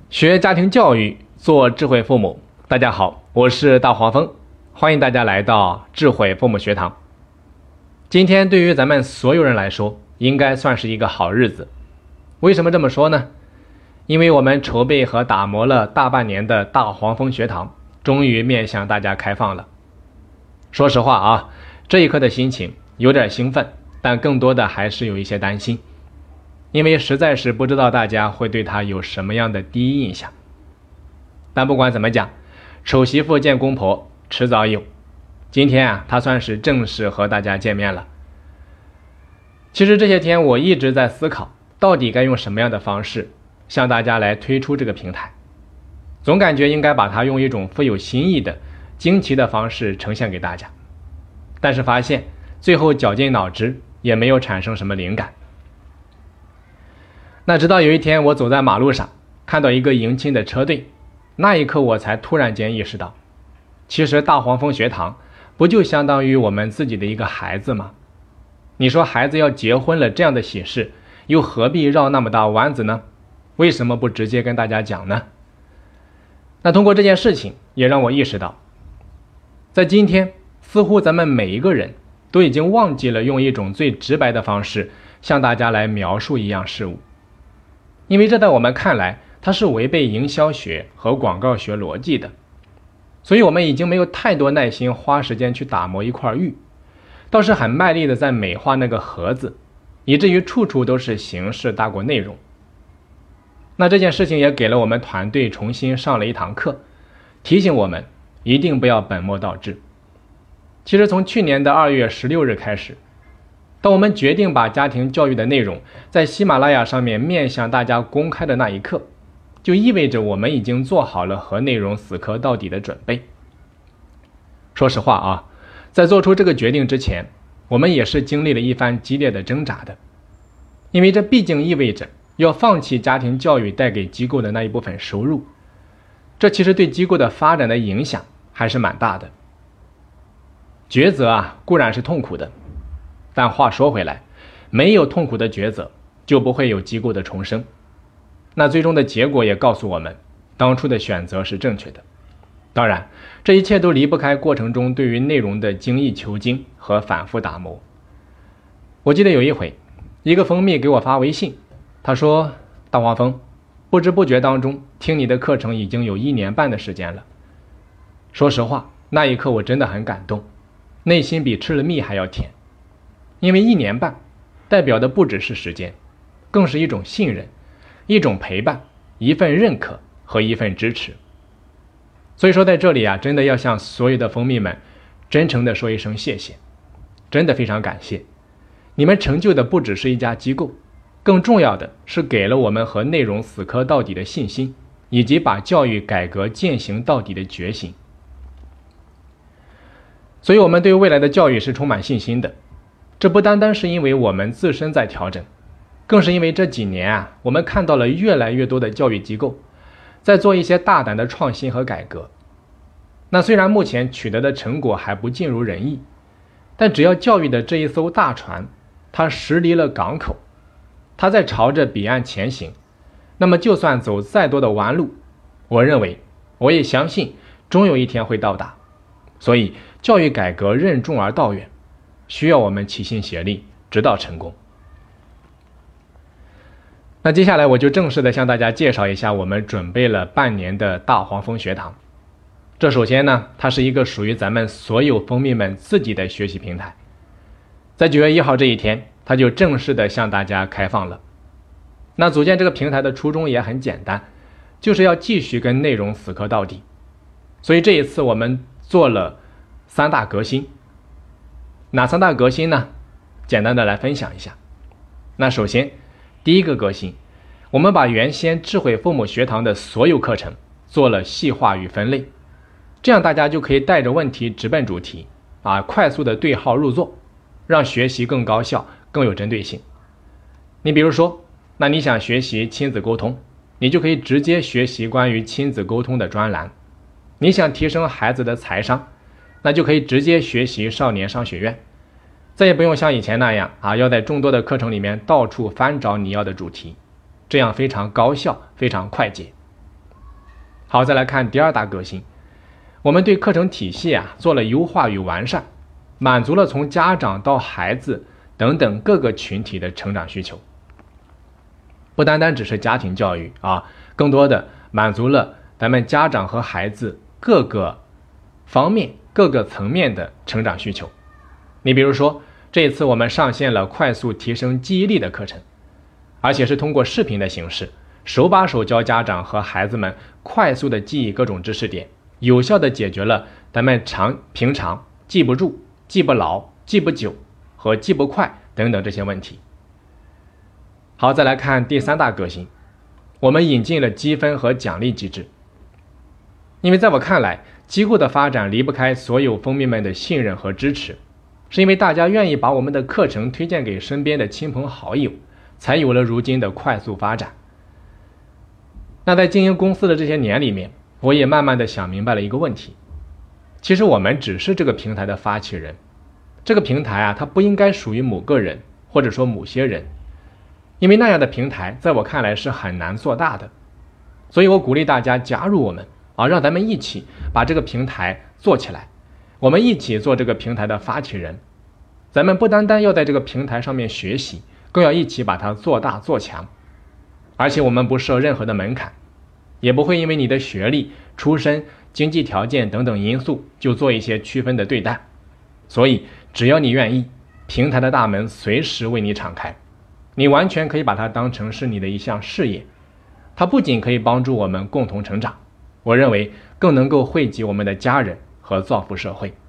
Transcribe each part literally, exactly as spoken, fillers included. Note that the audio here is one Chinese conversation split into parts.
学家庭教育，做智慧父母。大家好，我是大黄蜂，欢迎大家来到智慧父母学堂。今天对于咱们所有人来说，应该算是一个好日子。为什么这么说呢？因为我们筹备和打磨了大半年的大黄蜂学堂，终于面向大家开放了。说实话啊，这一刻的心情有点兴奋，但更多的还是有一些担心。因为实在是不知道大家会对他有什么样的第一印象。但不管怎么讲，丑媳妇见公婆迟早有。今天啊，他算是正式和大家见面了。其实这些天我一直在思考，到底该用什么样的方式向大家来推出这个平台。总感觉应该把它用一种富有新意的、惊奇的方式呈现给大家。但是发现最后绞尽脑汁也没有产生什么灵感。那直到有一天我走在马路上，看到一个迎亲的车队，那一刻我才突然间意识到，其实大黄蜂学堂不就相当于我们自己的一个孩子吗？你说孩子要结婚了这样的喜事，又何必绕那么大弯子呢？为什么不直接跟大家讲呢？那通过这件事情也让我意识到，在今天似乎咱们每一个人都已经忘记了用一种最直白的方式向大家来描述一样事物。因为这在我们看来，它是违背营销学和广告学逻辑的，所以我们已经没有太多耐心花时间去打磨一块玉，倒是很卖力的在美化那个盒子，以至于处处都是形式大过内容。那这件事情也给了我们团队重新上了一堂课，提醒我们一定不要本末倒置。其实从去年的二月十六日开始，当我们决定把家庭教育的内容在喜马拉雅上面面向大家公开的那一刻，就意味着我们已经做好了和内容死磕到底的准备。说实话啊，在做出这个决定之前，我们也是经历了一番激烈的挣扎的，因为这毕竟意味着要放弃家庭教育带给机构的那一部分收入，这其实对机构的发展的影响还是蛮大的。抉择啊，固然是痛苦的，但话说回来，没有痛苦的抉择，就不会有机构的重生。那最终的结果也告诉我们，当初的选择是正确的。当然，这一切都离不开过程中对于内容的精益求精和反复打磨。我记得有一回，一个蜂蜜给我发微信，他说：大黄蜂，不知不觉当中听你的课程已经有一年半的时间了。说实话，那一刻我真的很感动，内心比吃了蜜还要甜。因为一年半代表的不只是时间，更是一种信任，一种陪伴，一份认可和一份支持。所以说在这里啊，真的要向所有的蜂蜜们真诚的说一声谢谢，真的非常感谢。你们成就的不只是一家机构，更重要的是给了我们和内容死磕到底的信心，以及把教育改革践行到底的决心。所以我们对未来的教育是充满信心的。这不单单是因为我们自身在调整，更是因为这几年啊，我们看到了越来越多的教育机构在做一些大胆的创新和改革。那虽然目前取得的成果还不尽如人意，但只要教育的这一艘大船它驶离了港口，它在朝着彼岸前行，那么就算走再多的弯路，我认为我也相信终有一天会到达。所以教育改革任重而道远，需要我们齐心协力，直到成功。那接下来我就正式的向大家介绍一下我们准备了半年的大黄蜂学堂。这首先呢，它是一个属于咱们所有蜂蜜们自己的学习平台。在九月一号这一天，它就正式的向大家开放了。那组建这个平台的初衷也很简单，就是要继续跟内容死磕到底。所以这一次我们做了三大革新。哪三大革新呢？简单的来分享一下。那首先，第一个革新，我们把原先智慧父母学堂的所有课程做了细化与分类，这样大家就可以带着问题直奔主题啊，快速的对号入座，让学习更高效，更有针对性。你比如说，那你想学习亲子沟通，你就可以直接学习关于亲子沟通的专栏。你想提升孩子的财商，那就可以直接学习少年商学院，再也不用像以前那样啊，要在众多的课程里面到处翻找你要的主题，这样非常高效，非常快捷。 好，再来看第二大革新，我们对课程体系啊做了优化与完善，满足了从家长到孩子等等各个群体的成长需求。不单单只是家庭教育啊，更多的满足了咱们家长和孩子各个方面、各个层面的成长需求。你比如说，这一次我们上线了快速提升记忆力的课程，而且是通过视频的形式，手把手教家长和孩子们快速的记忆各种知识点，有效的解决了咱们常平常记不住、记不牢、记不久和记不快等等这些问题。好，再来看第三大革新，我们引进了积分和奖励机制。因为在我看来，机构的发展离不开所有蜂蜜们的信任和支持，是因为大家愿意把我们的课程推荐给身边的亲朋好友，才有了如今的快速发展。那在经营公司的这些年里面，我也慢慢的想明白了一个问题，其实我们只是这个平台的发起人，这个平台啊，它不应该属于某个人或者说某些人，因为那样的平台在我看来是很难做大的。所以我鼓励大家加入我们啊，让咱们一起把这个平台做起来，我们一起做这个平台的发起人。咱们不单单要在这个平台上面学习，更要一起把它做大做强。而且我们不设任何的门槛，也不会因为你的学历、出身、经济条件等等因素就做一些区分的对待。所以只要你愿意，平台的大门随时为你敞开，你完全可以把它当成是你的一项事业。它不仅可以帮助我们共同成长，我认为更能够惠及我们的家人和造福社会。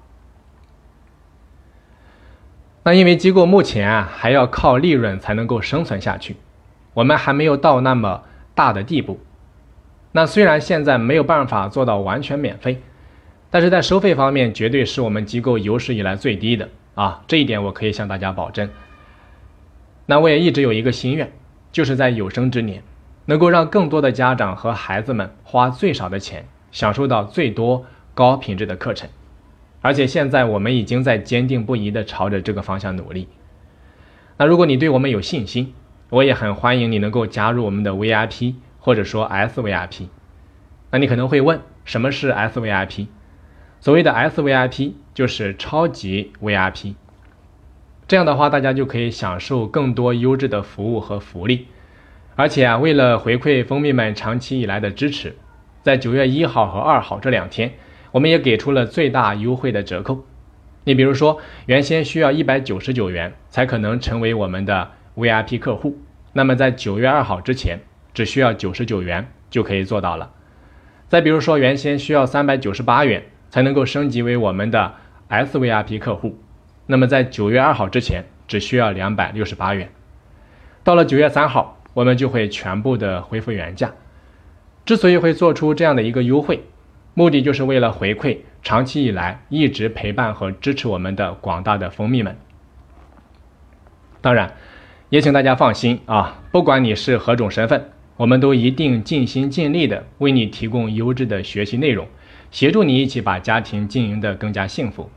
那因为机构目前啊还要靠利润才能够生存下去，我们还没有到那么大的地步。那虽然现在没有办法做到完全免费，但是在收费方面绝对是我们机构有史以来最低的啊，这一点我可以向大家保证。那我也一直有一个心愿，就是在有生之年能够让更多的家长和孩子们花最少的钱享受到最多高品质的课程，而且现在我们已经在坚定不移地朝着这个方向努力。那如果你对我们有信心，我也很欢迎你能够加入我们的 V I P 或者说 S V I P。 那你可能会问，什么是 S V I P？ 所谓的 S V I P 就是超级 V I P， 这样的话大家就可以享受更多优质的服务和福利。而且啊，为了回馈蜂蜜们长期以来的支持，在九月一号和二号这两天，我们也给出了最大优惠的折扣。你比如说，原先需要一百九十九元才可能成为我们的 V I P 客户，那么在九月二号之前只需要九十九元就可以做到了。再比如说，原先需要三百九十八元才能够升级为我们的 S V I P 客户，那么在九月二号之前只需要两百六十八元。到了九月三号我们就会全部的恢复原价。之所以会做出这样的一个优惠，目的就是为了回馈长期以来一直陪伴和支持我们的广大的蜂蜜们。当然也请大家放心啊，不管你是何种身份，我们都一定尽心尽力的为你提供优质的学习内容，协助你一起把家庭经营的更加幸福。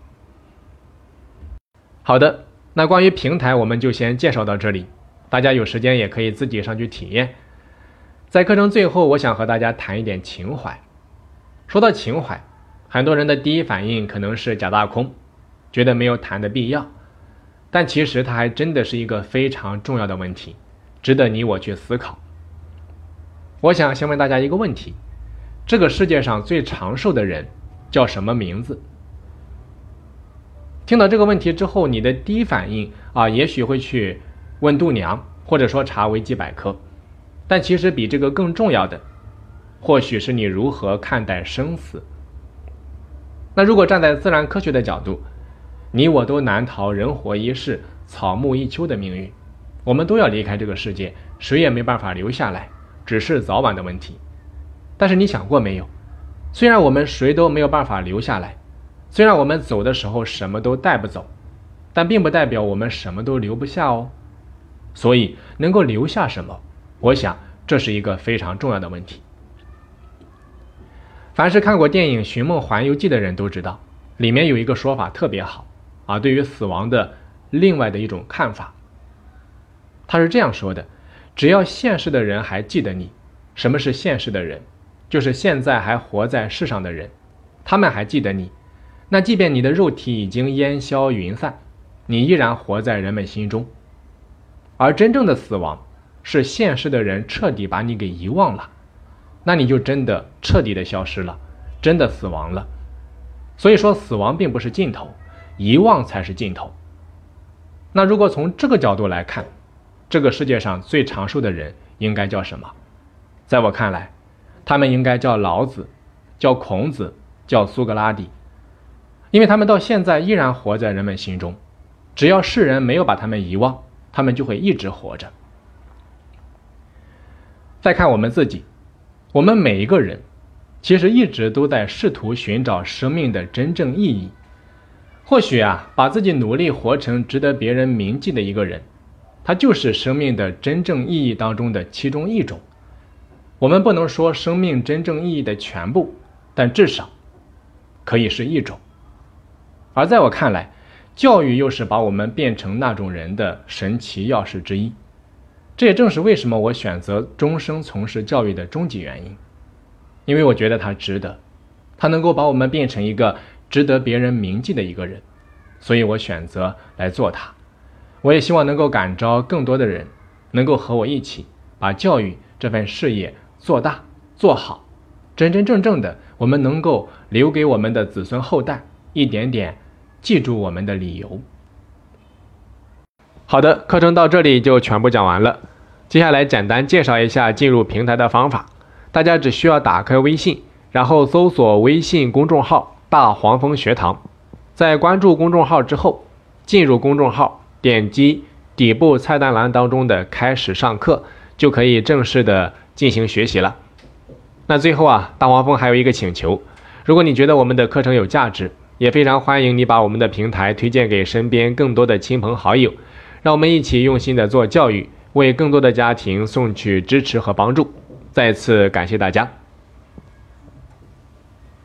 好的，那关于平台我们就先介绍到这里，大家有时间也可以自己上去体验。在课程最后，我想和大家谈一点情怀。说到情怀，很多人的第一反应可能是假大空，觉得没有谈的必要，但其实它还真的是一个非常重要的问题，值得你我去思考。我想先问大家一个问题，这个世界上最长寿的人叫什么名字？听到这个问题之后，你的第一反应啊，也许会去问度娘，或者说查维基百科，但其实比这个更重要的，或许是你如何看待生死。那如果站在自然科学的角度，你我都难逃人活一世草木一秋的命运，我们都要离开这个世界，谁也没办法留下来，只是早晚的问题。但是你想过没有，虽然我们谁都没有办法留下来，虽然我们走的时候什么都带不走，但并不代表我们什么都留不下哦。所以能够留下什么，我想这是一个非常重要的问题。凡是看过电影《寻梦环游记》的人都知道，里面有一个说法特别好啊，对于死亡的另外的一种看法。他是这样说的，只要现世的人还记得你。什么是现世的人？ 就是现在还活在世上的人，他们还记得你，那即便你的肉体已经烟消云散，你依然活在人们心中。而真正的死亡是现世的人彻底把你给遗忘了，那你就真的彻底的消失了，真的死亡了。所以说死亡并不是尽头，遗忘才是尽头。那如果从这个角度来看，这个世界上最长寿的人应该叫什么？在我看来，他们应该叫老子，叫孔子，叫苏格拉底，因为他们到现在依然活在人们心中，只要世人没有把他们遗忘，他们就会一直活着。再看我们自己，我们每一个人其实一直都在试图寻找生命的真正意义。或许啊，把自己努力活成值得别人铭记的一个人，它就是生命的真正意义当中的其中一种。我们不能说生命真正意义的全部，但至少可以是一种。而在我看来，教育又是把我们变成那种人的神奇钥匙之一。这也正是为什么我选择终生从事教育的终极原因，因为我觉得它值得，它能够把我们变成一个值得别人铭记的一个人，所以我选择来做它。我也希望能够感召更多的人能够和我一起把教育这份事业做大做好，真真正正的我们能够留给我们的子孙后代一点点记住我们的理由。好的，课程到这里就全部讲完了。接下来简单介绍一下进入平台的方法。大家只需要打开微信，然后搜索微信公众号大黄蜂学堂，在关注公众号之后，进入公众号，点击底部菜单栏当中的开始上课，就可以正式的进行学习了。那最后啊，大黄蜂还有一个请求，如果你觉得我们的课程有价值，也非常欢迎你把我们的平台推荐给身边更多的亲朋好友，让我们一起用心的做教育，为更多的家庭送去支持和帮助。再次感谢大家。